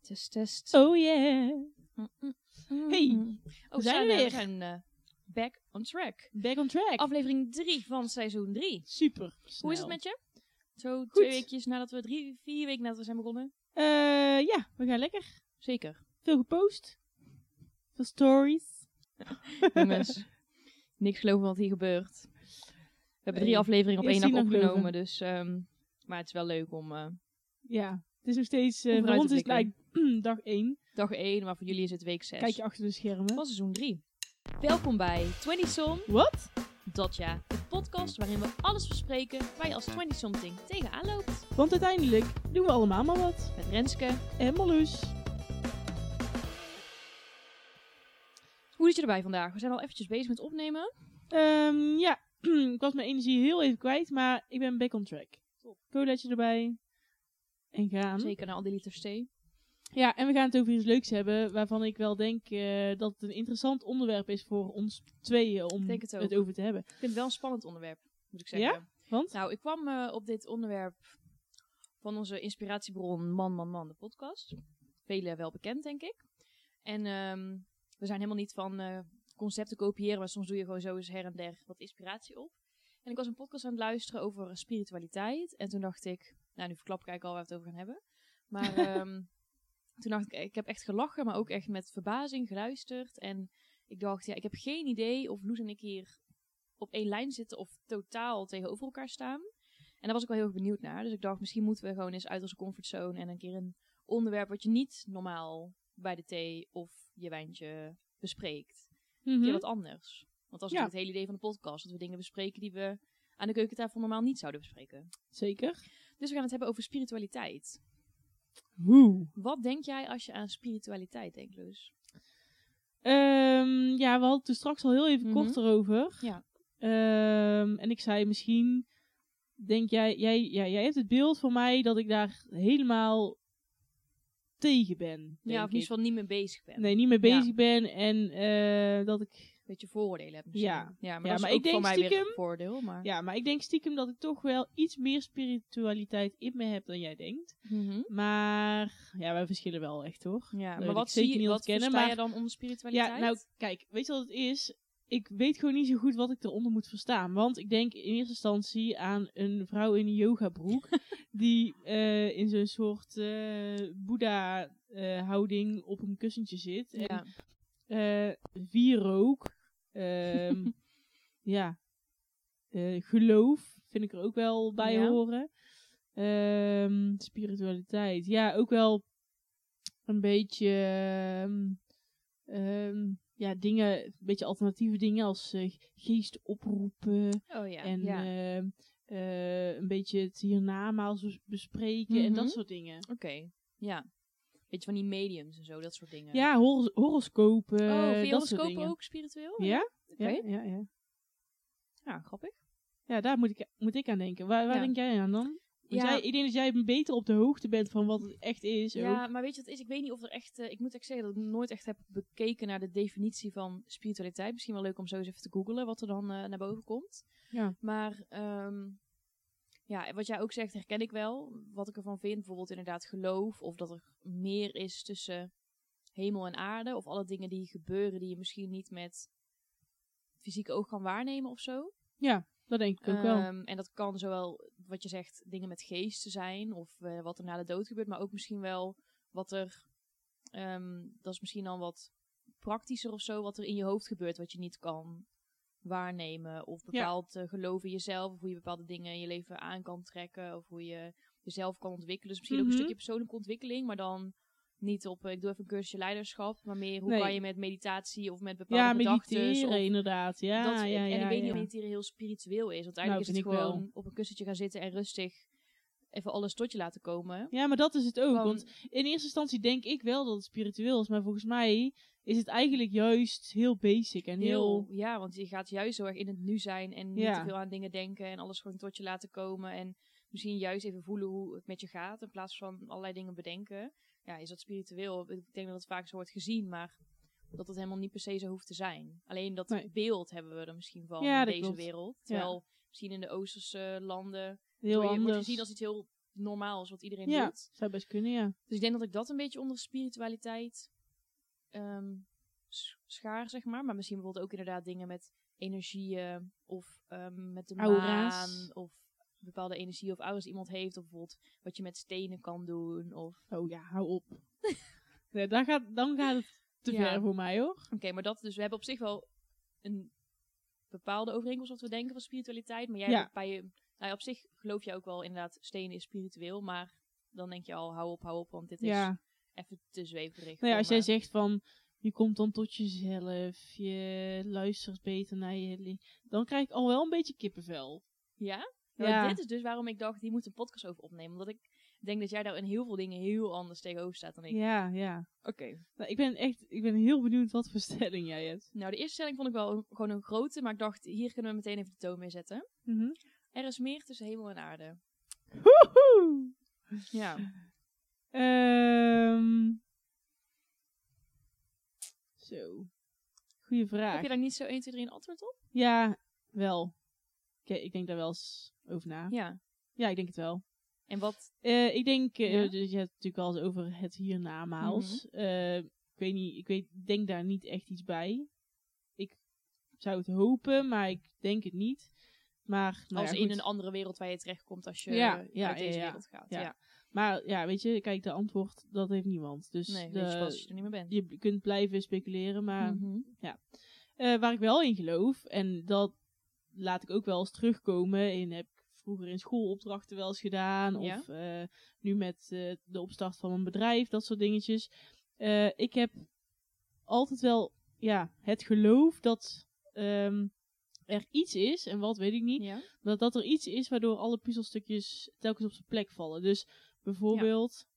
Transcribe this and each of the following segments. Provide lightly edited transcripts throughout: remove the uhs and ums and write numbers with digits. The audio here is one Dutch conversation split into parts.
Test. Oh yeah. Hey, we zijn we weer. We zijn back on track. Back on track. Aflevering 3 van seizoen 3. Super snel. Hoe is het met je? Zo Goed. 2 weekjes nadat we 4 weken nadat we zijn begonnen. Ja, we gaan lekker. Zeker. Veel gepost. Veel stories. Jongens, niks geloven wat hier gebeurt. We hebben 3 afleveringen op eerst 1 dag zien dan opgenomen, geloven. dus... maar het is wel leuk om... Ja, het is nog steeds... vooruit voor ons te is het blikken. eigenlijk dag 1. Dag 1, maar voor jullie is het week 6. Kijk je achter de schermen. Van seizoen 3. Welkom bij 20som. Wat? Dat ja, de podcast waarin we alles bespreken waar je als 20-something tegenaan loopt. Want uiteindelijk doen we allemaal maar wat. Met Renske. En Marloes. Hoe zit je erbij vandaag? We zijn al eventjes bezig met opnemen. Ja, ik was mijn energie heel even kwijt, maar ik ben back on track. Top. Colaatje erbij. En gaan. Zeker na al die liters thee. Ja, en we gaan het over iets leuks hebben, waarvan ik wel denk dat het een interessant onderwerp is voor ons tweeën om Denk het ook. het over te hebben. Ik vind het wel een spannend onderwerp, moet ik zeggen. Ja? Want? Nou, ik kwam op dit onderwerp van onze inspiratiebron Man, de podcast. Velen wel bekend, denk ik. En we zijn helemaal niet van concepten kopiëren, maar soms doe je gewoon zo eens her en der wat inspiratie op. En ik was een podcast aan het luisteren over spiritualiteit. En toen dacht ik, nou nu verklap ik eigenlijk al waar we het over gaan hebben. Maar toen dacht ik heb echt gelachen, maar ook echt met verbazing geluisterd. En ik dacht, ja, ik heb geen idee of Loes en ik hier op één lijn zitten of totaal tegenover elkaar staan. En daar was ik wel heel erg benieuwd naar. Dus ik dacht, misschien moeten we gewoon eens uit onze comfortzone en een keer een onderwerp wat je niet normaal bij de thee of je wijntje bespreekt. Een keer wat anders. Want dat is natuurlijk het hele idee van de podcast. Dat we dingen bespreken die we aan de keukentafel normaal niet zouden bespreken. Zeker. Dus we gaan het hebben over spiritualiteit. Woe. Wat denk jij als je aan spiritualiteit denkt, Loes? Ja, we hadden het er straks al heel even kort erover. Ja. En ik zei misschien, denk jij hebt het beeld van mij dat ik daar helemaal tegen ben. Ja, of in ieder geval niet mee bezig ben. Nee, niet mee bezig ben en dat ik... Beetje vooroordelen hebben misschien. Ja, maar dat maar is ik ook denk voor mij weer stiekem- een voordeel. Maar... Ja, maar ik denk stiekem dat ik toch wel iets meer spiritualiteit in me heb dan jij denkt. Mhm. Maar ja, wij verschillen wel echt hoor. Ja, Dat maar weet wat ik zeker zie je, niet wat ontkennen, versta maar- je dan onder spiritualiteit? Ja, nou kijk, weet je wat het is? Ik weet gewoon niet zo goed wat ik eronder moet verstaan. Want ik denk in eerste instantie aan een vrouw in een yogabroek die in zo'n soort Boeddha-houding op een kussentje zit. Ja. En wierook. Ja. Geloof vind ik er ook wel bij Ja. horen. Spiritualiteit. Ja, ook wel een beetje... ja, dingen, een beetje alternatieve dingen als geest oproepen Oh ja. en ja. een beetje het hiernamaals bespreken en dat soort dingen. Oké. Ja. Beetje van die mediums en zo, dat soort dingen. Ja, horoscopen, Vind je dat soort horoscopen dingen. ook spiritueel? Ja? Oké. Ja. Ja, grappig. Ja, daar moet ik aan denken. Waar Ja. denk jij aan dan? Want Ja. ik denk dat jij beter op de hoogte bent van wat het echt is. Ja, ook. maar weet je wat het is? Ik weet niet of er echt... ik moet echt zeggen dat ik nooit echt heb bekeken naar de definitie van spiritualiteit. Misschien wel leuk om zo eens even te googlen wat er dan naar boven komt. Ja. Maar ja, wat jij ook zegt herken ik wel. Wat ik ervan vind, bijvoorbeeld inderdaad geloof. Of dat er meer is tussen hemel en aarde. Of alle dingen die gebeuren die je misschien niet met fysieke oog kan waarnemen of zo. Ja, dat denk ik ook wel. En dat kan zowel, wat je zegt, dingen met geesten zijn. Of wat er na de dood gebeurt. Maar ook misschien wel wat er... dat is misschien dan wat praktischer of zo. Wat er in je hoofd gebeurt wat je niet kan waarnemen. Of bepaald geloof in jezelf. Of hoe je bepaalde dingen in je leven aan kan trekken. Of hoe je jezelf kan ontwikkelen. Dus misschien ook een stukje persoonlijke ontwikkeling. Maar dan niet op, ik doe even een cursusje leiderschap. Maar meer, hoe kan je met meditatie of met bepaalde gedachten... mediteren inderdaad. Ja, En ik weet niet of mediteren heel spiritueel is. Want eigenlijk is het vind ik gewoon wel. op een kussentje gaan zitten en rustig even alles tot je laten komen. Ja, maar dat is het ook. Gewoon- Want in eerste instantie denk ik wel dat het spiritueel is. Maar volgens mij is het eigenlijk juist heel basic en heel... Ja, want je gaat juist heel erg in het nu zijn en niet Ja. te veel aan dingen denken en alles gewoon tot je laten komen. En misschien juist even voelen hoe het met je gaat in plaats van allerlei dingen bedenken. Ja, is dat spiritueel? Ik denk dat het vaak zo wordt gezien, maar dat het helemaal niet per se zo hoeft te zijn. Alleen dat beeld hebben we er misschien van Ja, in dat deze klopt. wereld. Terwijl misschien in de Oosterse landen heel wordt anders. gezien als iets heel normaal is wat iedereen Ja, doet. zou best kunnen, ja. Dus ik denk dat ik dat een beetje onder spiritualiteit schaar, zeg maar. Maar misschien bijvoorbeeld ook inderdaad dingen met energieën of met de Aura's. maan of bepaalde energie of aura's iemand heeft. Of bijvoorbeeld wat je met stenen kan doen. Of... Oh ja, hou op. Nee, dan gaat het te Ja. ver voor mij, hoor. Oké, maar dat dus, we hebben op zich wel een bepaalde overeenkomst wat we denken van spiritualiteit. Maar jij Ja. hebt bij je, nou ja, op zich geloof je ook wel inderdaad, stenen is spiritueel. Maar dan denk je al, hou op, want dit is Ja. even te zweverig. Nou ja, als voor jij me. zegt van, je komt dan tot jezelf, je luistert beter naar je... Dan krijg ik al wel een beetje kippenvel. Ja? Nou, Ja. dit is dus waarom ik dacht, die moet een podcast over opnemen. Omdat ik denk dat jij daar in heel veel dingen heel anders tegenover staat dan ik. Ja. Oké. Nou, ik ben heel benieuwd wat voor stelling jij hebt. Nou, de eerste stelling vond ik wel gewoon een grote. Maar ik dacht, hier kunnen we meteen even de toon mee zetten. Mhm. Er is meer tussen hemel en aarde. Woehoe! Ja. Zo. Goeie vraag. Heb je daar niet zo 1, 2, 3 een antwoord op? Ja, wel. Ik denk daar wel eens over na. Ja. Ja, ik denk het wel. En wat... Ik denk, Ja? dus je hebt het natuurlijk wel eens over het hiernamaals. Ik weet niet, denk daar niet echt iets bij. Ik zou het hopen, maar ik denk het niet. Maar, nou als ja, in goed. een andere wereld waar je terechtkomt als je Ja, uit deze wereld gaat. ja. Ja. Maar ja, weet je, kijk, de antwoord, dat heeft niemand. Dus Nee, weet je pas als je er niet meer bent. je kunt blijven speculeren, maar Mhm. waar ik wel in geloof, en dat laat ik ook wel eens terugkomen heb ik vroeger in schoolopdrachten wel eens gedaan, Ja. of nu met de opstart van een bedrijf, dat soort dingetjes. Ik heb altijd wel het geloof dat er iets is, en wat weet ik niet, Ja. dat er iets is waardoor alle puzzelstukjes telkens op zijn plek vallen. Dus bijvoorbeeld,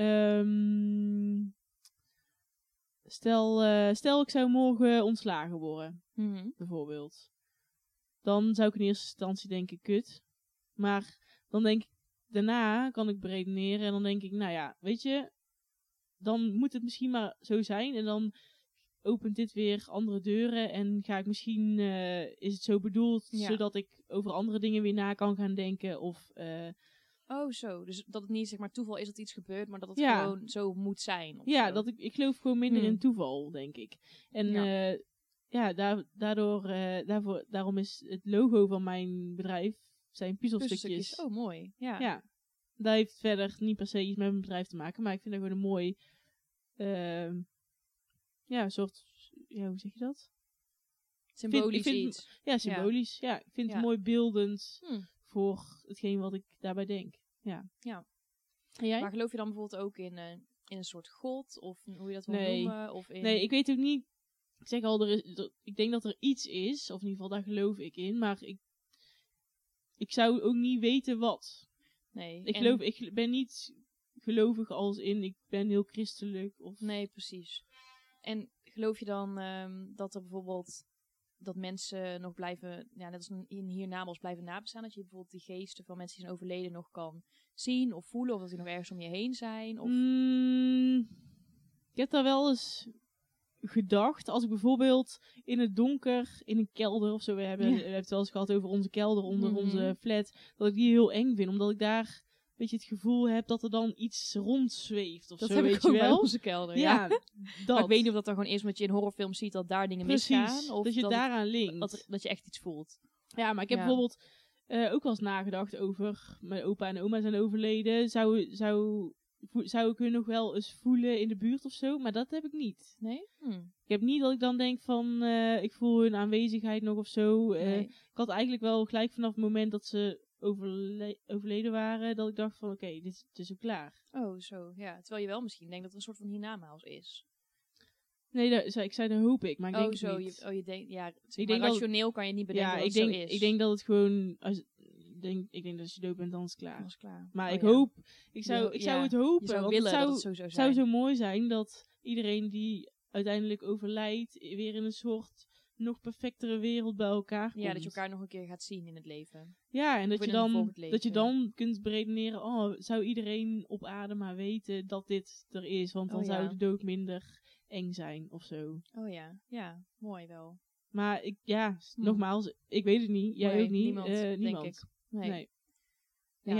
stel ik zou morgen ontslagen worden, Mhm. bijvoorbeeld. Dan zou ik in eerste instantie denken, kut. Maar dan denk ik, daarna kan ik beredeneren en dan denk ik, nou ja, weet je, dan moet het misschien maar zo zijn en dan opent dit weer andere deuren en ga ik misschien, is het zo bedoeld, Ja. zodat ik over andere dingen weer na kan gaan denken of... Oh, zo. Dus dat het niet zeg maar toeval is dat iets gebeurt, maar dat het Ja. gewoon zo moet zijn. Of Ja, zo. dat ik geloof gewoon minder Hmm. in toeval, denk ik. En daarom is het logo van mijn bedrijf zijn puzzelstukjes. Puzzelstukjes. Oh, mooi. Ja. Ja, dat heeft verder niet per se iets met mijn bedrijf te maken, maar ik vind dat gewoon een mooi, soort, hoe zeg je dat? Symbolisch ik vind- iets. Ja, symbolisch. Ja, ik vind Ja. het mooi beeldend Hm. voor hetgeen wat ik daarbij denk. Ja. Ja. En jij? Maar geloof je dan bijvoorbeeld ook in een soort god? Of hoe je dat wil Nee. noemen? Of in... Nee, ik weet ook niet. Ik zeg al, ik denk dat er iets is, of in ieder geval daar geloof ik in, maar ik zou ook niet weten wat. Nee. Ik ben niet gelovig als in, ik ben heel christelijk. Of... Nee, precies. En geloof je dan dat er bijvoorbeeld dat mensen nog blijven, net als in hiernamaals blijven nabestaan, dat je bijvoorbeeld die geesten van mensen die zijn overleden nog kan zien of voelen, of dat die nog ergens om je heen zijn? Of... Ik heb daar wel eens gedacht, als ik bijvoorbeeld in het donker, in een kelder of zo, we hebben het wel eens gehad over onze kelder onder onze flat, dat ik die heel eng vind, omdat ik daar een beetje het gevoel heb dat er dan iets rondzweeft of Dat zo, heb weet ik je ook bij wel. onze kelder, Ja, dat. Maar ik weet niet of dat dan gewoon is omdat je in horrorfilms ziet dat daar dingen Precies, misgaan. Of dat je daaraan linkt. dat je echt iets voelt. Ja, maar ik heb bijvoorbeeld ook wel eens nagedacht over, mijn opa en oma zijn overleden, zou ik hun nog wel eens voelen in de buurt of zo, maar dat heb ik niet. Nee? Ik heb niet dat ik dan denk van, ik voel hun aanwezigheid nog of zo. Nee. Ik had eigenlijk wel gelijk vanaf het moment dat ze overleden waren, dat ik dacht van, oké, dit is ook klaar. Oh, zo. Ja, terwijl je wel misschien denkt dat er een soort van hiernamaals ik Nee, ik zei dat hoop ik, maar ik denk het zo. niet. Je denkt, ja, denk maar dat- rationeel kan je niet bedenken Ja, dat ik het denk, zo is. ik denk dat het gewoon, ik denk dat als je dood bent, dan is het klaar. Dat is klaar. Maar Oh, ik ja. hoop, ik zou het hopen, Je zou want willen het dat het zo zou zou zijn. zo mooi zijn dat iedereen die uiteindelijk overlijdt, weer in een soort nog perfectere wereld bij elkaar komt. Ja, dat je elkaar nog een keer gaat zien in het leven. Ja, en Of dat in je, een dan, volgend leven. dat je dan kunt beredeneren, oh, zou iedereen op aarde maar weten dat dit er is, want dan Oh, zou ja. de dood minder eng zijn of zo. Oh ja, ja, mooi wel. Maar nogmaals, ik weet het niet. Jij Nee, ook niet. niemand, denk niemand. ik. Nee. Nee. En Ja. jij?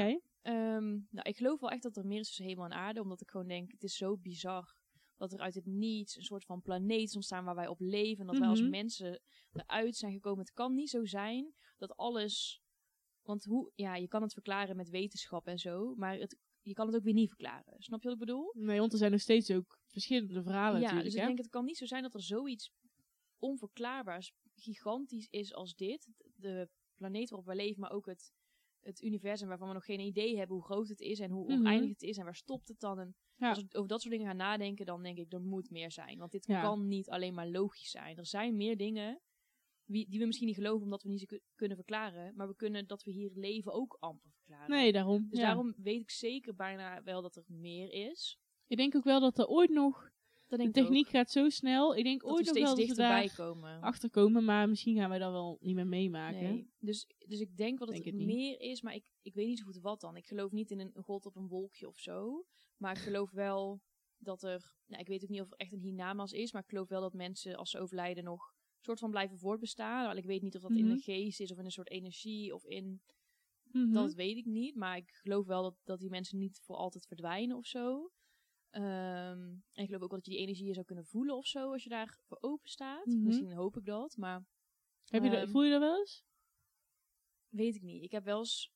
Nou, ik geloof wel echt dat er meer is tussen hemel en aarde. Omdat ik gewoon denk, het is zo bizar dat er uit het niets een soort van planeet is ontstaan waar wij op leven. En dat wij als mensen eruit zijn gekomen. Het kan niet zo zijn dat alles... Want je kan het verklaren met wetenschap en zo. Maar je kan het ook weer niet verklaren. Snap je wat ik bedoel? Nee, want er zijn nog steeds ook verschillende verhalen natuurlijk. Dus ik denk, het kan niet zo zijn dat er zoiets onverklaarbaars, gigantisch is als dit. De planeet waarop we leven, maar ook het universum waarvan we nog geen idee hebben hoe groot het is en hoe oneindig het is en waar stopt het dan. En als ik over dat soort dingen ga nadenken, dan denk ik, er moet meer zijn. Want dit kan niet alleen maar logisch zijn. Er zijn meer dingen die we misschien niet geloven omdat we niet zo kunnen verklaren. Maar we kunnen dat we hier leven ook amper verklaren. Nee, daarom. Dus daarom weet ik zeker bijna wel dat er meer is. Ik denk ook wel dat er ooit nog... De techniek gaat zo snel. Ik denk dat ooit we nog wel steeds dat we dichterbij achterkomen. Maar misschien gaan wij dat wel niet meer meemaken. Nee. Dus ik denk wel dat het meer is. Maar ik weet niet zo goed wat dan. Ik geloof niet in een god op een wolkje of zo. Maar ik geloof wel dat er... Nou, ik weet ook niet of er echt een hiernamaals is. Maar ik geloof wel dat mensen als ze overlijden nog soort van blijven voortbestaan. Maar ik weet niet of dat in de geest is of in een soort energie of in... Dat weet ik niet. Maar ik geloof wel dat die mensen niet voor altijd verdwijnen of zo. En ik geloof ook wel dat je die energie zou kunnen voelen of zo, als je daar voor open staat. Misschien hoop ik dat, maar... Voel je dat wel eens? Weet ik niet. Ik heb wel eens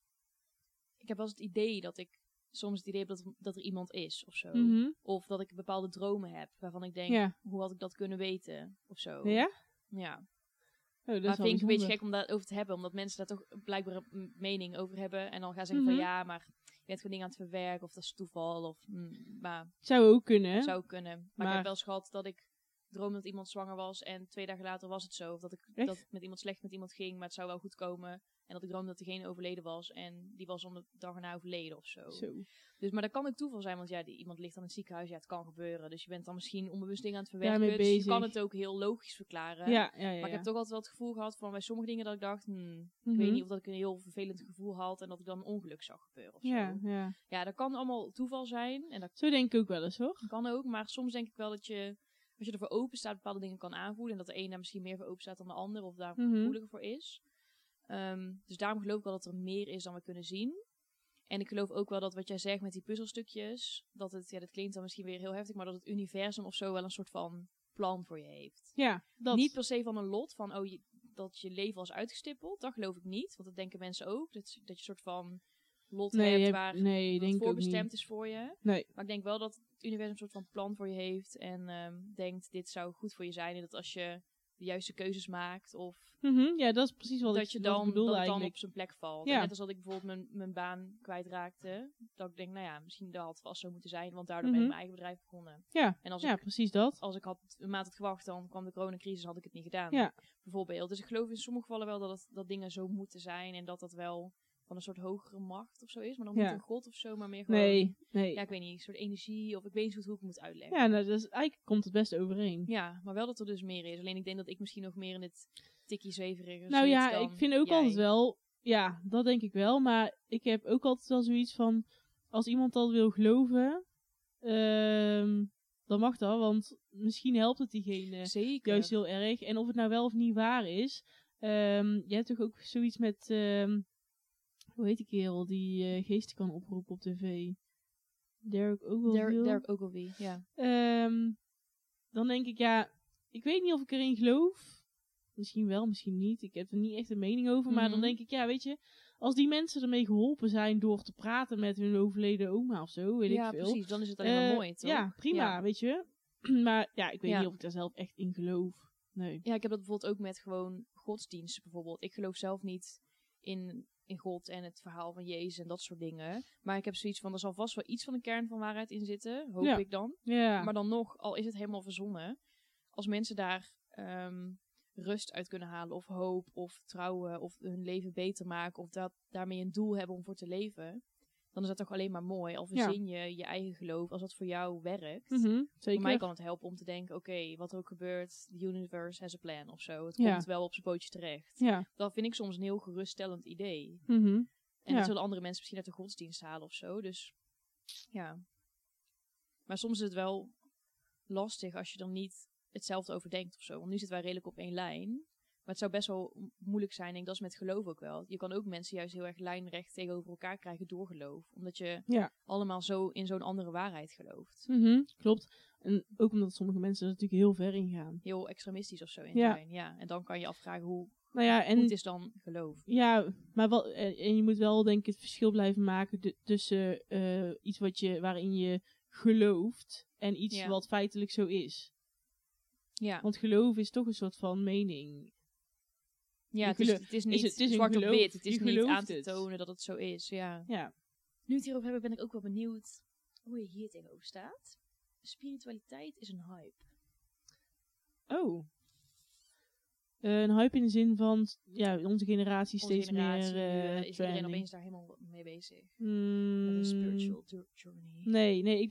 het idee dat ik soms het idee heb dat er iemand is of zo. Of dat ik bepaalde dromen heb, waarvan ik denk, hoe had ik dat kunnen weten of zo. Ja? Ja. Oh, maar vind ik een beetje gek om daarover te hebben, omdat mensen daar toch blijkbaar een mening over hebben. En dan gaan zeggen van ja, maar je bent gewoon dingen aan het verwerken, of dat is toeval, of... maar zou ook kunnen. Zou kunnen. Maar ik heb wel eens gehad dat ik droomde dat iemand zwanger was en 2 dagen later was het zo. Of dat het met iemand slecht met iemand ging, maar het zou wel goed komen. En dat ik droomde dat degene overleden was en die was om de dag erna overleden of zo. Dus, maar dat kan ook toeval zijn, want iemand ligt dan in het ziekenhuis. Ja, het kan gebeuren. Dus je bent dan misschien onbewust dingen aan het verwerken. Dus je kan het ook heel logisch verklaren. Maar ik heb toch altijd wel het gevoel gehad van bij sommige dingen dat ik dacht, ik weet niet of dat ik een heel vervelend gevoel had en dat ik dan een ongeluk zag gebeuren of zo. Ja, dat kan allemaal toeval zijn. En dat zo denk ik ook wel eens hoor. Kan ook, maar soms denk ik wel dat je, als je ervoor open staat, bepaalde dingen kan aanvoelen. En dat de een daar misschien meer voor open staat dan de ander, of daar gevoeliger voor is. Dus daarom geloof ik wel dat er meer is dan we kunnen zien. En ik geloof ook wel dat wat jij zegt met die puzzelstukjes, dat het, dat klinkt dan misschien weer heel heftig, maar dat het universum of zo wel een soort van plan voor je heeft. Ja, dat. Niet per se van een lot, van dat je leven was uitgestippeld. Dat geloof ik niet, want dat denken mensen ook. Dat je een soort van lot hebt waar het voorbestemd is voor je. Nee. Maar ik denk wel dat het universum een soort van plan voor je heeft en denkt, dit zou goed voor je zijn. En dat als je de juiste keuzes maakt of... Ja, dat is precies wat dat ik bedoelde dat eigenlijk. dan op zijn plek valt. Ja. En net als dat ik bijvoorbeeld mijn baan kwijtraakte. Dat ik denk, nou ja, misschien dat had vast zo moeten zijn. Want daardoor ben ik mijn eigen bedrijf begonnen. Ja, en als precies dat. Als ik een maand had gewacht, dan kwam de coronacrisis, had ik het niet gedaan. Ja. Bijvoorbeeld. Dus ik geloof in sommige gevallen wel dat dingen zo moeten zijn. En dat wel van een soort hogere macht of zo is. Maar dan niet een god of zo, maar meer gewoon... Nee. Ja, ik weet niet, een soort energie. Of ik weet niet hoe ik het moet uitleggen. Ja, nou, dus eigenlijk komt het best overeen. Ja, maar wel dat er dus meer is. Alleen ik denk dat ik misschien nog meer in het tikkie zweverige nou ja, ik vind ook altijd wel... Ja, dat denk ik wel. Maar ik heb ook altijd wel zoiets van... Als iemand dat wil geloven... dan mag dat. Want misschien helpt het diegene Zeker. Juist heel erg. En of het nou wel of niet waar is... je hebt toch ook zoiets met... hoe heet die kerel die geesten kan oproepen op tv? Derek Ogilvie, ja. Dan denk ik, ja... Ik weet niet of ik erin geloof... Misschien wel, misschien niet. Ik heb er niet echt een mening over. Maar dan denk ik, ja, weet je... Als die mensen ermee geholpen zijn door te praten met hun overleden oma of zo, weet ik veel. Ja, precies. Dan is het alleen maar mooi, toch? Ja, prima, weet je. Maar ja, ik weet niet of ik daar zelf echt in geloof. Nee. Ja, ik heb dat bijvoorbeeld ook met gewoon godsdiensten bijvoorbeeld. Ik geloof zelf niet in God en het verhaal van Jezus en dat soort dingen. Maar ik heb zoiets van, er zal vast wel iets van een kern van waarheid in zitten. Hoop ik dan. Ja. Maar dan nog, al is het helemaal verzonnen. Als mensen daar... rust uit kunnen halen of hoop of vertrouwen of hun leven beter maken of daarmee een doel hebben om voor te leven, dan is dat toch alleen maar mooi. Al verzin je eigen geloof als dat voor jou werkt. Zeker. Voor mij kan het helpen om te denken, oké, wat er ook gebeurt, the universe has a plan of zo. Het komt wel op zijn pootje terecht. Dat vind ik soms een heel geruststellend idee. En dat zullen andere mensen misschien uit de godsdienst halen of zo. Dus ja. Maar soms is het wel lastig als je dan niet hetzelfde over denkt of zo. Want nu zitten wij redelijk op één lijn. Maar het zou best wel moeilijk zijn. Ik denk dat is met geloof ook wel. Je kan ook mensen juist heel erg lijnrecht tegenover elkaar krijgen door geloof. Omdat je allemaal zo in zo'n andere waarheid gelooft. Klopt. En ook omdat sommige mensen er natuurlijk heel ver in gaan. Heel extremistisch of zo in zijn. Ja. En dan kan je afvragen hoe goed is dan geloof. Ja, maar en je moet wel denk ik het verschil blijven maken tussen iets waarin je gelooft en iets wat feitelijk zo is. Ja. Want geloof is toch een soort van mening. Ja, het is niet zwart op wit. Het is niet aan te tonen dat het zo is. Ja. Nu we het hierover hebben, ben ik ook wel benieuwd hoe je hier tegenover staat. Spiritualiteit is een hype. Oh. Een hype in de zin van, onze generatie steeds meer is iedereen opeens daar helemaal mee bezig. Met een spiritual journey. Nee,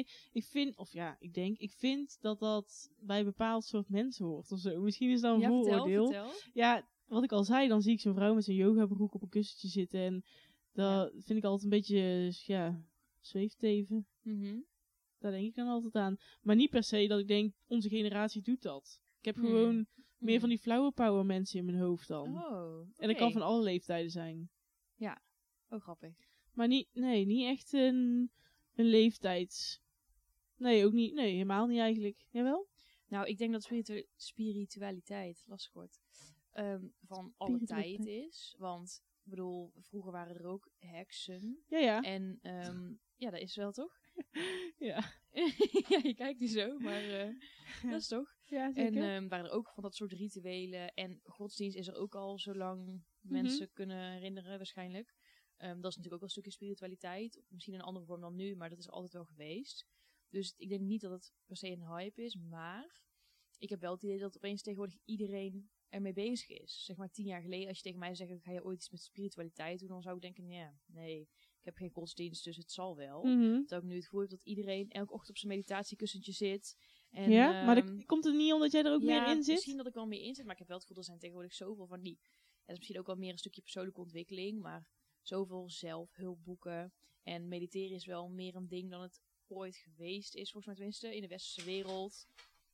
ik vind dat bij een bepaald soort mensen hoort of zo. Misschien is dat een vooroordeel. Vertel. Ja, wat ik al zei, dan zie ik zo'n vrouw met zo'n yogabroek op een kussentje zitten en dat vind ik altijd een beetje, zweefteven. Daar denk ik dan altijd aan. Maar niet per se dat ik denk, onze generatie doet dat. Ik heb gewoon meer van die flower power mensen in mijn hoofd dan. Oh, okay. En dat kan van alle leeftijden zijn. Ja, grappig. Maar niet echt een leeftijds... Nee, ook niet. Nee, helemaal niet eigenlijk. Jawel? Nou, ik denk dat spiritualiteit, lastig wordt, van alle tijd is. Want, ik bedoel, vroeger waren er ook heksen. Ja. En, dat is wel toch? Ja. Ja, je kijkt niet zo, maar dat is toch? Ja, zeker. En waren er ook van dat soort rituelen. En godsdienst is er ook al zolang mensen kunnen herinneren, waarschijnlijk. Dat is natuurlijk ook wel een stukje spiritualiteit. Misschien in een andere vorm dan nu, maar dat is altijd wel geweest. Dus ik denk niet dat het per se een hype is, maar ik heb wel het idee dat opeens tegenwoordig iedereen ermee bezig is. Zeg maar 10 jaar geleden, als je tegen mij zegt, ga je ooit iets met spiritualiteit doen, dan zou ik denken, nee, ik heb geen godsdienst, dus het zal wel. Terwijl ik nu het gevoel heb dat iedereen elke ochtend op zijn meditatiekussentje zit. En, maar komt het niet omdat jij er ook meer in zit? Misschien dat ik wel meer in zit, maar ik heb wel het gevoel, er zijn tegenwoordig zoveel van die. Het is misschien ook wel meer een stukje persoonlijke ontwikkeling, maar zoveel zelfhulpboeken. En mediteren is wel meer een ding dan het ooit geweest is, volgens mij tenminste, in de westerse wereld.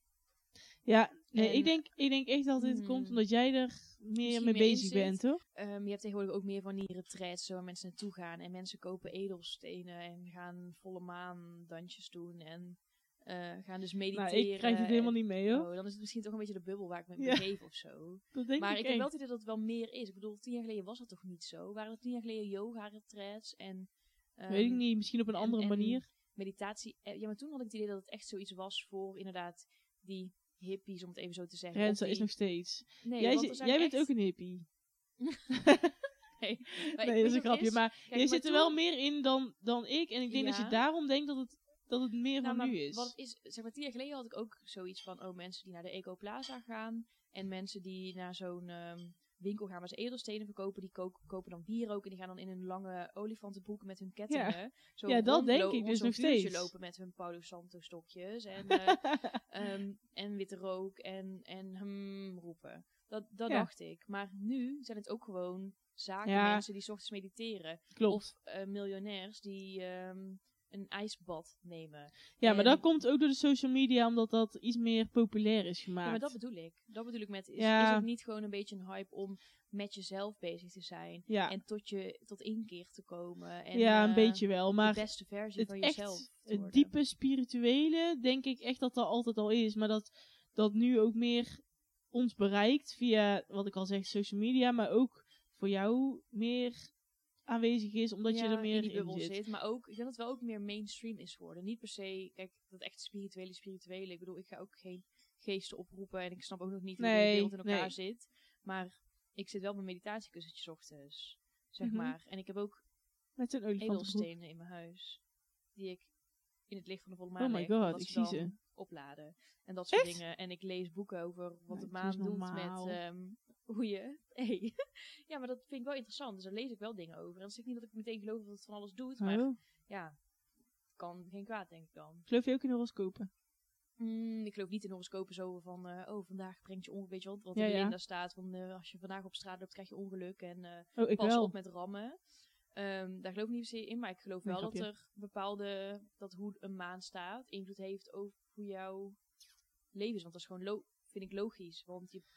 Ja, nee, ik denk echt dat dit komt omdat jij er meer mee bezig bent, toch? Je hebt tegenwoordig ook meer van die retreats waar mensen naartoe gaan. En mensen kopen edelstenen en gaan volle maan dansjes doen. En gaan dus mediteren. Nou, ik krijg het helemaal niet mee, hoor. Oh, dan is het misschien toch een beetje de bubbel waar ik me in begeef of zo. Dat denk maar ik heb wel het idee dat het wel meer is. Ik bedoel, 10 jaar geleden was dat toch niet zo? Waren er 10 jaar geleden yoga-retreats en... weet ik niet, misschien op een andere manier. Meditatie. Ja, maar toen had ik het idee dat het echt zoiets was voor inderdaad die hippies, om het even zo te zeggen. Rens, dat is nog steeds. Nee, jij bent ook een hippie. Nee, dat is een grapje. Maar jij zit er wel meer in dan ik. En ik denk dat je daarom denkt dat het meer van nu is. Wat het is, zeg maar 10 jaar geleden had ik ook zoiets van, mensen die naar de Eco Plaza gaan. En mensen die naar zo'n winkel gaan waar ze edelstenen verkopen. Die kopen dan bier ook. En die gaan dan in een lange olifantenbroek met hun kettingen. Ja, dat denk ik dus nog steeds. Lopen met hun Palo Santo stokjes. En, en witte rook en roepen. Dat dacht ik. Maar nu zijn het ook gewoon zakenmensen die 's ochtends mediteren. Klopt. Of miljonairs die een ijsbad nemen. Ja, maar dat komt ook door de social media, omdat dat iets meer populair is gemaakt. Ja, maar dat bedoel ik. Dat bedoel ik met, is het niet gewoon een beetje een hype om met jezelf bezig te zijn? Ja. En tot inkeer te komen? En, een beetje wel, maar de beste versie van jezelf te worden. Het diepe spirituele, denk ik echt dat altijd al is, maar dat nu ook meer ons bereikt via, wat ik al zeg, social media, maar ook voor jou meer aanwezig is, omdat je er meer in die bubbel zit. Maar ook, ik denk dat het wel ook meer mainstream is geworden. Niet per se, kijk, dat echt spirituele. Ik bedoel, ik ga ook geen geesten oproepen en ik snap ook nog niet hoe de wereld in elkaar zit. Maar ik zit wel met meditatiekussentjes 's ochtends, zeg maar. En ik heb ook met een edelstenen in mijn huis, die ik in het licht van de volle maan leg. Oh my god, ik zie ze. Opladen. En dat soort dingen. En ik lees boeken over wat de maan doet met hoe je... Hey. Ja, maar dat vind ik wel interessant. Dus daar lees ik wel dingen over. En dat zeg niet dat ik meteen geloof dat het van alles doet. Maar het kan geen kwaad, denk ik dan. Geloof je ook in horoscopen? Ik geloof niet in horoscopen zo van... vandaag brengt je ongeluk. Weet je wat erin daar staat. Van, als je vandaag op straat loopt, krijg je ongeluk. En pas op met rammen. Daar geloof ik niet per se in. Maar ik geloof wel dat er bepaalde... Dat hoe een maan staat invloed heeft over hoe jouw leven is. Want dat is gewoon vind ik logisch. Want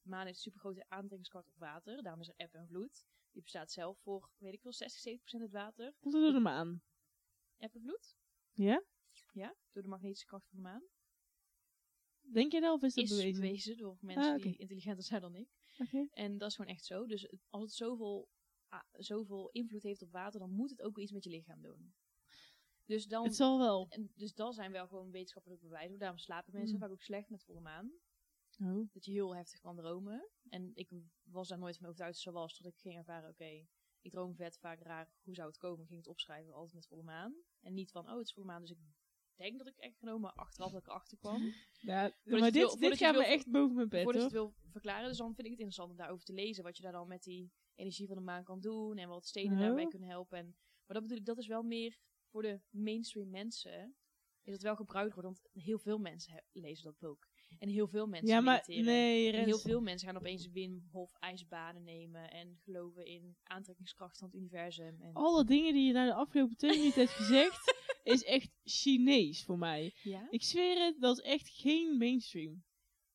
maan heeft een supergrote aantrekkingskracht op water. Daarom is er eb en vloed. Die bestaat zelf voor, weet ik veel, 60-70% uit water. Komt het door de maan? Eb en vloed? Ja? Ja, door de magnetische kracht van de maan. Denk je dat of is dat Is bewezen? bewezen door mensen oké. die intelligenter zijn dan ik. Oké. En dat is gewoon echt zo. Dus als het zoveel invloed heeft op water, dan moet het ook wel iets met je lichaam doen. Dus dan... Het zal wel. Dus dat zijn wel gewoon wetenschappelijk bewijzen. Daarom slapen mensen vaak ook slecht met volle maan. Oh. Dat je heel heftig kan dromen. En ik was daar nooit van overtuigd dat het zo was. Tot ik ging ervaren, oké, ik droom vet vaak raar. Hoe zou het komen? Ik ging het opschrijven, altijd met volle maan. En niet van, het is volle maan, dus ik denk dat ik echt genomen, maar achteraf dat ik erachter kwam. Ja, Voordat maar je het dit gaat me echt boven mijn bed, Voordat je hoor. het wil verklaren, dus dan vind ik het interessant om daarover te lezen. Wat je daar dan met die energie van de maan kan doen. En wat stenen daarbij kunnen helpen. Maar dat bedoel ik, dat is wel meer voor de mainstream mensen. Is het wel gebruikt wordt, want heel veel mensen lezen dat boek. En heel veel mensen mediteren. En heel veel mensen gaan opeens Wim Hof ijsbanen nemen. En geloven in aantrekkingskracht van het universum. En... Alle dingen die je nou de afgelopen 2 minuten hebt gezegd, is echt Chinees voor mij. Ja? Ik zweer het, dat is echt geen mainstream.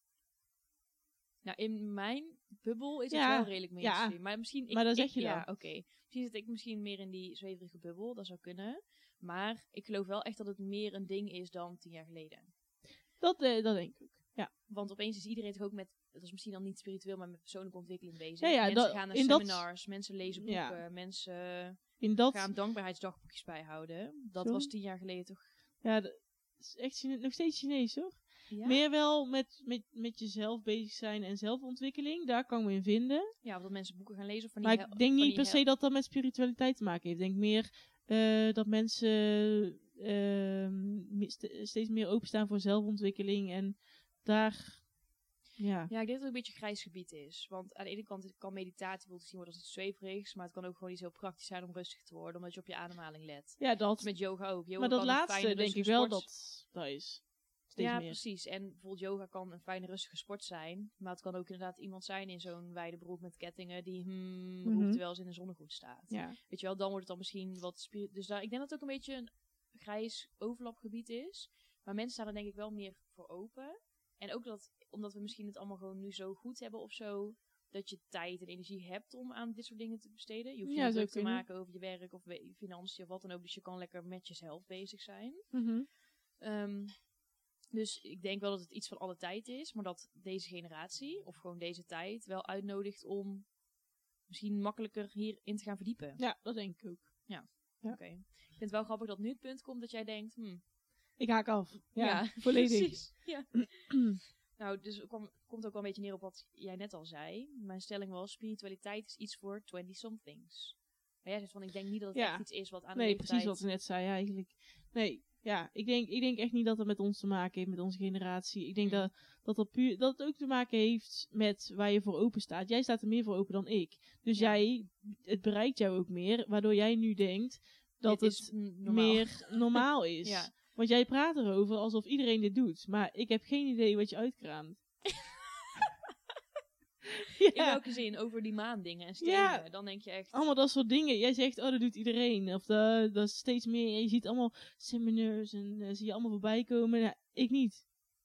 Nou, in mijn bubbel is het wel redelijk mainstream. Ja, Maar misschien... maar dan zeg je ja, dan. oké. Misschien zit ik misschien meer in die zweverige bubbel. Dat zou kunnen. Maar ik geloof wel echt dat het meer een ding is dan 10 jaar geleden. Dat denk ik ook. Ja. Want opeens is iedereen toch ook met... Dat is misschien dan niet spiritueel, maar met persoonlijke ontwikkeling bezig. Ja, mensen gaan naar seminars, mensen lezen boeken, mensen gaan dankbaarheidsdagboekjes bijhouden. Dat was 10 jaar geleden toch... Ja, dat is echt nog steeds Chinees, hoor. Ja? Meer wel met jezelf bezig zijn en zelfontwikkeling. Daar kan ik me in vinden. Ja, of dat mensen boeken gaan lezen. Van maar ik denk niet per se dat dat met spiritualiteit te maken heeft. Ik denk meer dat mensen steeds meer openstaan voor zelfontwikkeling. En daar... Ja, ik denk dat het een beetje een grijs gebied is. Want aan de ene kant kan meditatie bijvoorbeeld gezien worden als iets zweverigs. Maar het kan ook gewoon iets heel praktisch zijn om rustig te worden. Omdat je op je ademhaling let. Ja, dat... Dus met yoga ook. Yoga maar dat kan laatste denk ik wel dat is. Ja, precies. En bijvoorbeeld yoga kan een fijne rustige sport zijn. Maar het kan ook inderdaad iemand zijn in zo'n wijde broek met kettingen die roept terwijl ze in een zonnegoed staat. Ja. Weet je wel, dan wordt het dan misschien wat... Dus daar, ik denk dat het ook een beetje een grijs overlapgebied is. Maar mensen staan er denk ik wel meer voor open. En ook dat, omdat we misschien het allemaal gewoon nu zo goed hebben of zo, dat je tijd en energie hebt om aan dit soort dingen te besteden. Je hoeft je niet druk te maken over je werk of je financiën of wat dan ook. Dus je kan lekker met jezelf bezig zijn. Dus ik denk wel dat het iets van alle tijd is, maar dat deze generatie, of gewoon deze tijd, wel uitnodigt om misschien makkelijker hierin te gaan verdiepen. Ja, dat denk ik ook. Ja. Oké. Ik vind het wel grappig dat nu het punt komt dat jij denkt, ik haak af. Ja, volledig. Precies. Ja. Nou, dus het komt ook wel een beetje neer op wat jij net al zei. Mijn stelling was, spiritualiteit is iets voor 20-somethings. Maar jij zegt van, ik denk niet dat het echt iets is wat aan de leeftijd... precies wat ze net zei eigenlijk. Nee, ja, ik denk echt niet dat het met ons te maken heeft, met onze generatie. Ik denk dat het ook te maken heeft met waar je voor open staat. Jij staat er meer voor open dan ik. Dus het bereikt jou ook meer, waardoor jij nu denkt dat het meer normaal is. Ja. Want jij praat erover alsof iedereen dit doet. Maar ik heb geen idee wat je uitkraamt. In welke zin? Over die maandingen en stenen. Ja, dan denk je echt... Allemaal dat soort dingen. Jij zegt, dat doet iedereen. Of dat is steeds meer. En je ziet allemaal seminars en zie je allemaal voorbij komen. Nou, ik niet.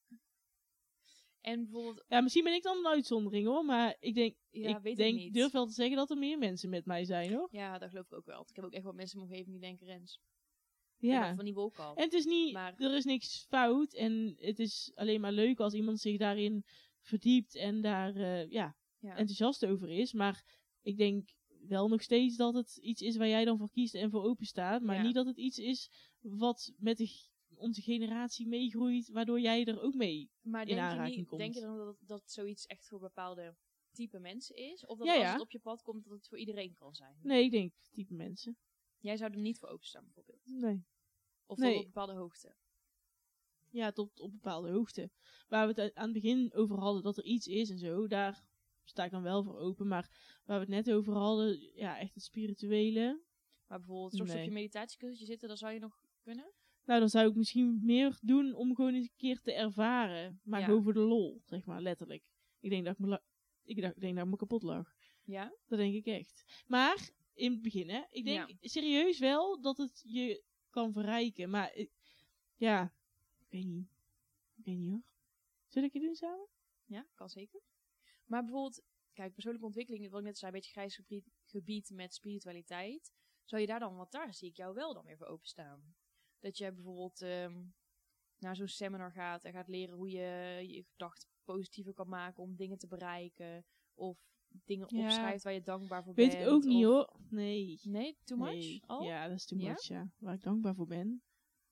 En bijvoorbeeld... Ja, misschien ben ik dan een uitzondering, hoor. Maar ik durf wel te zeggen dat er meer mensen met mij zijn, hoor. Ja, dat geloof ik ook wel. Want ik heb ook echt wat mensen in mijn omgeving die denken, Rens. Ja. Van die wolk af. En het is niet... Er is niks fout. En het is alleen maar leuk als iemand zich daarin verdiept en daar enthousiast over is. Maar ik denk wel nog steeds dat het iets is waar jij dan voor kiest en voor open staat. Maar niet dat het iets is wat met onze generatie meegroeit, waardoor jij er ook mee in aanraking komt. Denk je dan dat zoiets echt voor bepaalde type mensen is? Of dat als het op je pad komt, dat het voor iedereen kan zijn? Nee, ik denk type mensen. Jij zou er niet voor openstaan, bijvoorbeeld? Nee. Of tot op een bepaalde hoogte? Ja, tot op bepaalde hoogte. Waar we het aan het begin over hadden, dat er iets is en zo, daar sta ik dan wel voor open. Maar waar we het net over hadden, ja, echt het spirituele. Maar bijvoorbeeld, zoals op je meditatiecursusje zitten, dan zou je nog kunnen? Nou, dan zou ik misschien meer doen om gewoon eens een keer te ervaren. Maar gewoon voor de lol, zeg maar, letterlijk. Ik denk dat ik me kapot lag. Ja? Dat denk ik echt. Maar, in het begin, hè. Ik denk serieus wel dat het je kan verrijken. Maar, ik weet niet hoor. Zullen we het doen samen? Ja, kan zeker. Maar bijvoorbeeld, kijk, persoonlijke ontwikkeling, wat ik net zei, een beetje grijs gebied met spiritualiteit. Zou je daar dan, want daar zie ik jou wel dan weer voor openstaan. Dat je bijvoorbeeld naar zo'n seminar gaat en gaat leren hoe je je gedachten positiever kan maken om dingen te bereiken. Of dingen opschrijft waar je dankbaar voor bent. Weet ik ook niet hoor. Nee. Nee, too much? Nee. Al? Ja, dat is too Ja? much, ja. Waar ik dankbaar voor ben.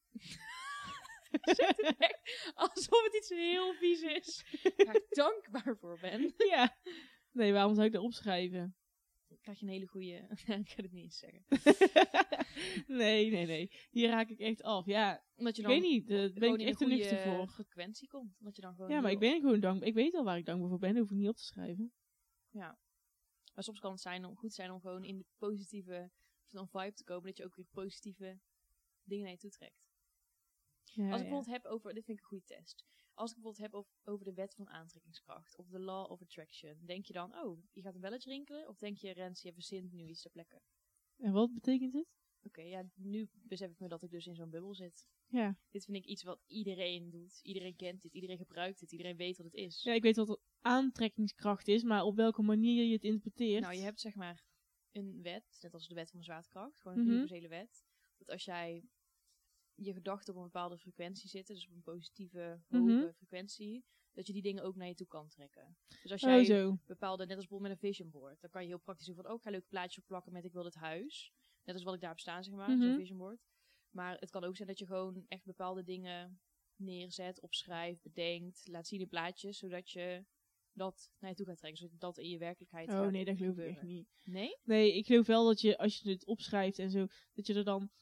Zegt het echt alsof het iets heel vies is. Waar ik dankbaar voor ben. Ja. Nee, waarom zou ik dat opschrijven? Dan krijg je een hele goede... ik kan het niet eens zeggen. Nee. Hier raak ik echt af. Ja, Omdat je ik dan weet niet. Daar ben ik echt te nuchter voor. frequentie komt. Omdat je dan gewoon Ja, maar ik ben gewoon dankbaar. Ik weet al waar ik dankbaar voor ben. Hoef ik niet op te schrijven. Ja. Maar soms kan het goed zijn om gewoon in de positieve vibe te komen. Dat je ook weer positieve dingen naar je toe trekt. Ja, Als ik bijvoorbeeld heb over... Dit vind ik een goede test. Als ik bijvoorbeeld heb over de wet van aantrekkingskracht. Of de law of attraction. Denk je dan, je gaat een belletje rinkelen? Of denk je, Rens, je verzint nu iets ter plekke? En wat betekent dit? Oké, ja, nu besef ik me dat ik dus in zo'n bubbel zit. Ja. Dit vind ik iets wat iedereen doet. Iedereen kent dit, iedereen gebruikt het, iedereen weet wat het is. Ja, ik weet wat aantrekkingskracht is, maar op welke manier je het interpreteert. Nou, je hebt zeg maar een wet, net als de wet van de zwaartekracht. Gewoon een universele wet. Dat als jij je gedachten op een bepaalde frequentie zitten, dus op een positieve, hoge frequentie, dat je die dingen ook naar je toe kan trekken. Dus als jij bepaalde, net als bijvoorbeeld met een vision board, dan kan je heel praktisch doen van, ik ga leuk plaatje opplakken met ik wil dit huis. Net als wat ik daar heb staan, zeg maar, zo'n vision board. Maar het kan ook zijn dat je gewoon echt bepaalde dingen neerzet, opschrijft, bedenkt, laat zien in plaatjes, zodat je dat naar je toe gaat trekken, zodat dat in je werkelijkheid gaat. Oh nee, dat geloof ik echt niet. Nee? Nee, ik geloof wel dat je, als je het opschrijft en zo, dat je er dan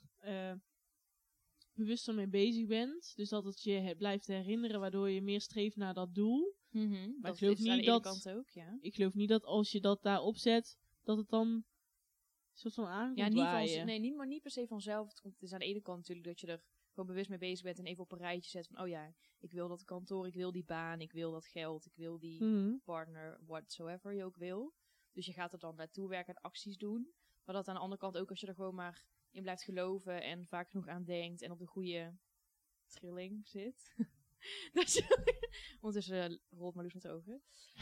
bewuster mee bezig bent. Dus dat het je blijft herinneren, waardoor je meer streeft naar dat doel. Maar ik geloof niet dat... kant ook, ja. Ik geloof niet dat als je dat daar opzet, dat het dan een soort van aankomt waaien. Maar niet per se vanzelf. Het is aan de ene kant natuurlijk dat je er gewoon bewust mee bezig bent en even op een rijtje zet van, ik wil dat kantoor, ik wil die baan, ik wil dat geld, ik wil die partner, whatsoever je ook wil. Dus je gaat er dan naartoe werken en acties doen. Maar dat aan de andere kant ook als je er gewoon maar in blijft geloven en vaak genoeg aan denkt en op de goede trilling zit. Ondertussen rolt Marloes met de ogen.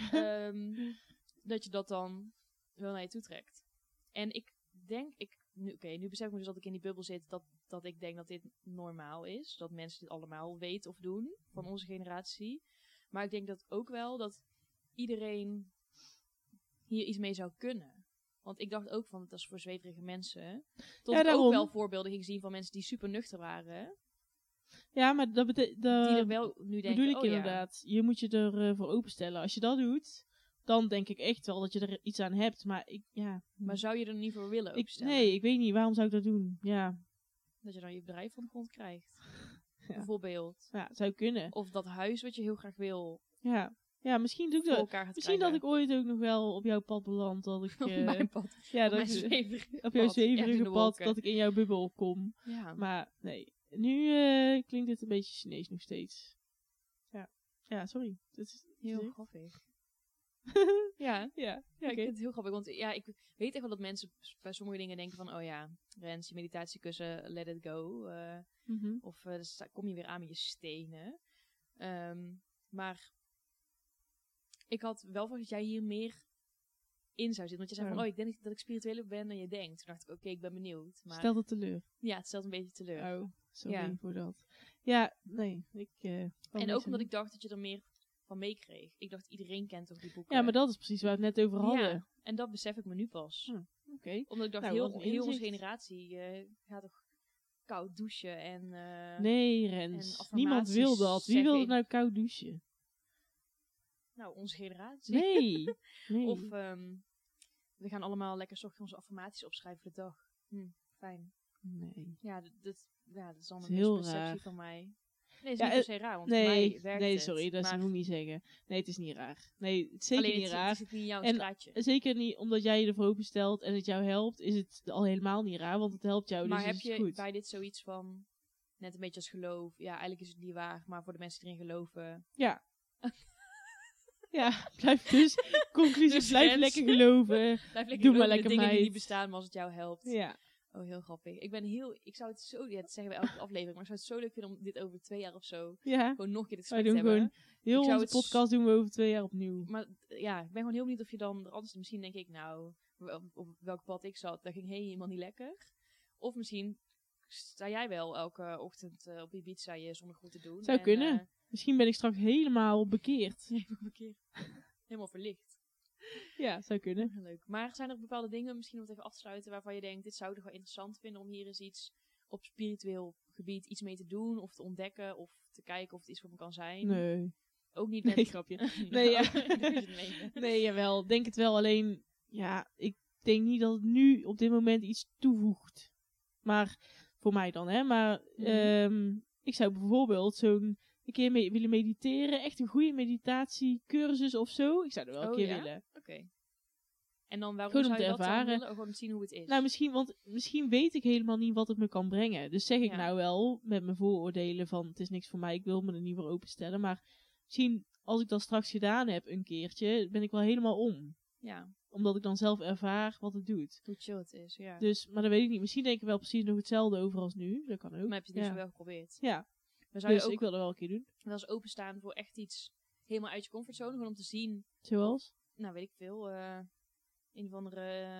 Dat je dat dan wel naar je toe trekt. En ik denk, nu besef ik me dus dat ik in die bubbel zit, dat ik denk dat dit normaal is. Dat mensen dit allemaal weten of doen, van onze generatie. Maar ik denk dat ook wel dat iedereen hier iets mee zou kunnen. Want ik dacht ook van, dat is voor zweverige mensen. Tot ik ook wel voorbeelden ging zien van mensen die super nuchter waren. Ja, maar dat betekent... Die er wel nu denken, bedoel ik inderdaad. Je moet je er voor openstellen. Als je dat doet, dan denk ik echt wel dat je er iets aan hebt. Maar Maar zou je er niet voor willen openstellen? Nee, ik weet niet. Waarom zou ik dat doen? Ja. Dat je dan je bedrijf van de grond krijgt. Ja. Bijvoorbeeld. Ja, zou kunnen. Of dat huis wat je heel graag wil. Ja, misschien doe ik dat. Misschien dat ik ooit ook nog wel op jouw pad beland. Dat ik, op mijn pad. Ja, op jouw zweverige pad. Dat ik in jouw bubbel kom. Ja. Maar nee. Nu klinkt dit een beetje Chinees nog steeds. Ja, sorry. Dat is heel grappig. Ja, ik vind het heel grappig. Want ik weet echt wel dat mensen bij sommige dingen denken van, Rens, je meditatiekussen, let it go. Of kom je weer aan met je stenen. Maar ik had wel verwacht dat jij hier meer in zou zitten. Want je zei van, ik denk dat ik spiritueler ben dan je denkt. Toen dacht ik, ik ben benieuwd. Maar stelt het teleur? Ja, het stelt een beetje teleur. Oh, sorry voor dat. Ja, nee. En ook omdat ik dacht dat je er meer van meekreeg. Ik dacht, iedereen kent toch die boeken. Ja, maar dat is precies waar we het net over hadden. Ja, en dat besef ik me nu pas. Oké. Omdat ik dacht, heel onze generatie gaat toch koud douchen en... nee, Rens. Niemand wil dat. Wie wil nou koud douchen? Nou, onze generatie. Nee. Of we gaan allemaal lekker 's ochtends onze affirmaties opschrijven voor de dag. Fijn. Nee. Ja, dat is dan een misperceptie van mij. Nee, dat is niet per se raar, want voor mij werkt het. Sorry, dat moet ik niet zeggen. Nee, het is niet raar. Nee, het is zeker niet raar. Het zit niet in jouw straatje. Zeker niet omdat jij je ervoor openstelt en het jou helpt, is het al helemaal niet raar, want het helpt jou, maar dus heb is het je goed. bij dit zoiets van, net een beetje als geloof, eigenlijk is het niet waar, maar voor de mensen die erin geloven... Ja. Ja, blijf blijf lekker geloven. Blijf lekker Doe geloven maar lekker de dingen meid. die niet bestaan, maar als het jou helpt. Ja. Oh, heel grappig. Ik zou het zo, ja, dat zeggen we elke aflevering, maar ik zou het zo leuk vinden om dit over 2 jaar of zo Ja. gewoon nog een keer dit Wij gesprek doen te hebben. gewoon heel Ik zou onze het podcast doen we over 2 jaar opnieuw. Maar ja, ik ben gewoon heel benieuwd of je dan er anders... Misschien denk ik, nou, op welk pad ik zat, dat ging helemaal niet lekker. Of misschien sta jij wel elke ochtend op Ibiza je zonnegoed te doen. Zou kunnen. Misschien ben ik straks helemaal bekeerd. Helemaal verlicht. Ja, zou kunnen. Leuk. Maar zijn er bepaalde dingen, misschien om het even af te sluiten, waarvan je denkt, dit zou ik toch wel interessant vinden om hier eens iets op spiritueel gebied iets mee te doen, of te ontdekken, of te kijken of het iets voor me kan zijn? Nee. Ook niet Nee, met... grapje. Nee, ja. Nee. Nee, jawel. Denk het wel. Alleen, ja, ik denk niet dat het nu op dit moment iets toevoegt. Maar, voor mij dan, hè. Maar, ik zou bijvoorbeeld een keer willen mediteren. Echt een goede meditatiecursus of zo. Ik zou er wel een keer willen. Oké. En dan waarom Gewoon om zou je te dat ervaren. dan willen? Gewoon zien hoe het is. Nou, misschien weet ik helemaal niet wat het me kan brengen. Dus zeg ik Ja. nou wel, met mijn vooroordelen van, het is niks voor mij, ik wil me er niet voor openstellen. Maar misschien, als ik dat straks gedaan heb een keertje, ben ik wel helemaal om. Ja, Omdat ik dan zelf ervaar wat het doet. hoe chill het is, ja. Dus, maar dat weet ik niet. Misschien denk ik wel precies nog hetzelfde over als nu. Dat kan ook. Maar heb je het dus Ja. wel geprobeerd? Ja, Maar zou dus je ook ik wil dat wel een keer doen. wel eens openstaan voor echt iets helemaal uit je comfortzone? Gewoon om te zien, Zoals? nou weet ik veel, een of andere,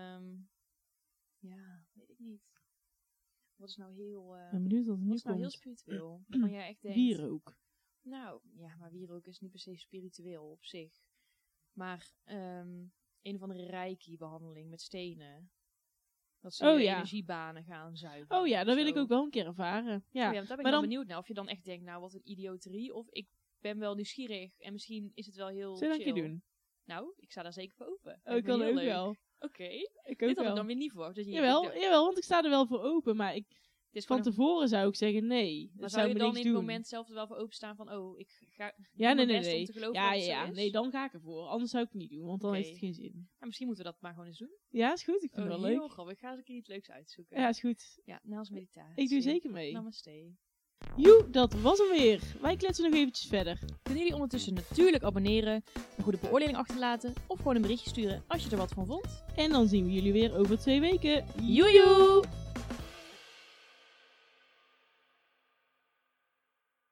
ja, weet ik niet. Wat is nou heel, Ik ben benieuwd wat er wat nu is nou heel komt. spiritueel? Waarvan jij echt denkt, Wierook. nou, ja, maar wierook is niet per se spiritueel op zich. Maar een of andere reiki-behandeling met stenen. Dat ze je energiebanen gaan zuiveren. Oh ja, of dat wil zo. ik ook wel een keer ervaren. Ja, Oh ja, want daar ben ik maar wel dan- benieuwd naar. Of je dan echt denkt, nou, wat een idioterie. Of ik ben wel nieuwsgierig. En misschien is het wel heel Zullen we chill. een keer doen? Nou, ik sta daar zeker voor open. Oh, Lijkt ik me kan heel ook leuk. wel. Oké. Ik ook Dit had wel. ik dan weer niet verwacht. Dat je Jawel, want ik sta er wel voor open. Maar het is van gewoon een- tevoren zou ik zeggen nee. maar Dat zou je me dan niks in het doen. moment zelf er wel voor openstaan van, oh, ik ga Ja, doe mijn nee. best om te geloven Ja, dat het zo is? nee, dan ga ik ervoor. Anders zou ik het niet doen, want dan Oké. heeft het geen zin. Nou, misschien moeten we dat maar gewoon eens doen. Ja, is goed. Ik vind het wel heel leuk. grappig. Ik ga eens een keer iets leuks uitzoeken. Ja, is goed. Ja, na als meditatie. Ik doe zeker mee. Namaste. Joe, dat was hem weer. Wij kletsen nog eventjes verder. Kunnen jullie ondertussen natuurlijk abonneren, een goede beoordeling achterlaten of gewoon een berichtje sturen als je er wat van vond. En dan zien we jullie weer over 2 weken. Joejoe!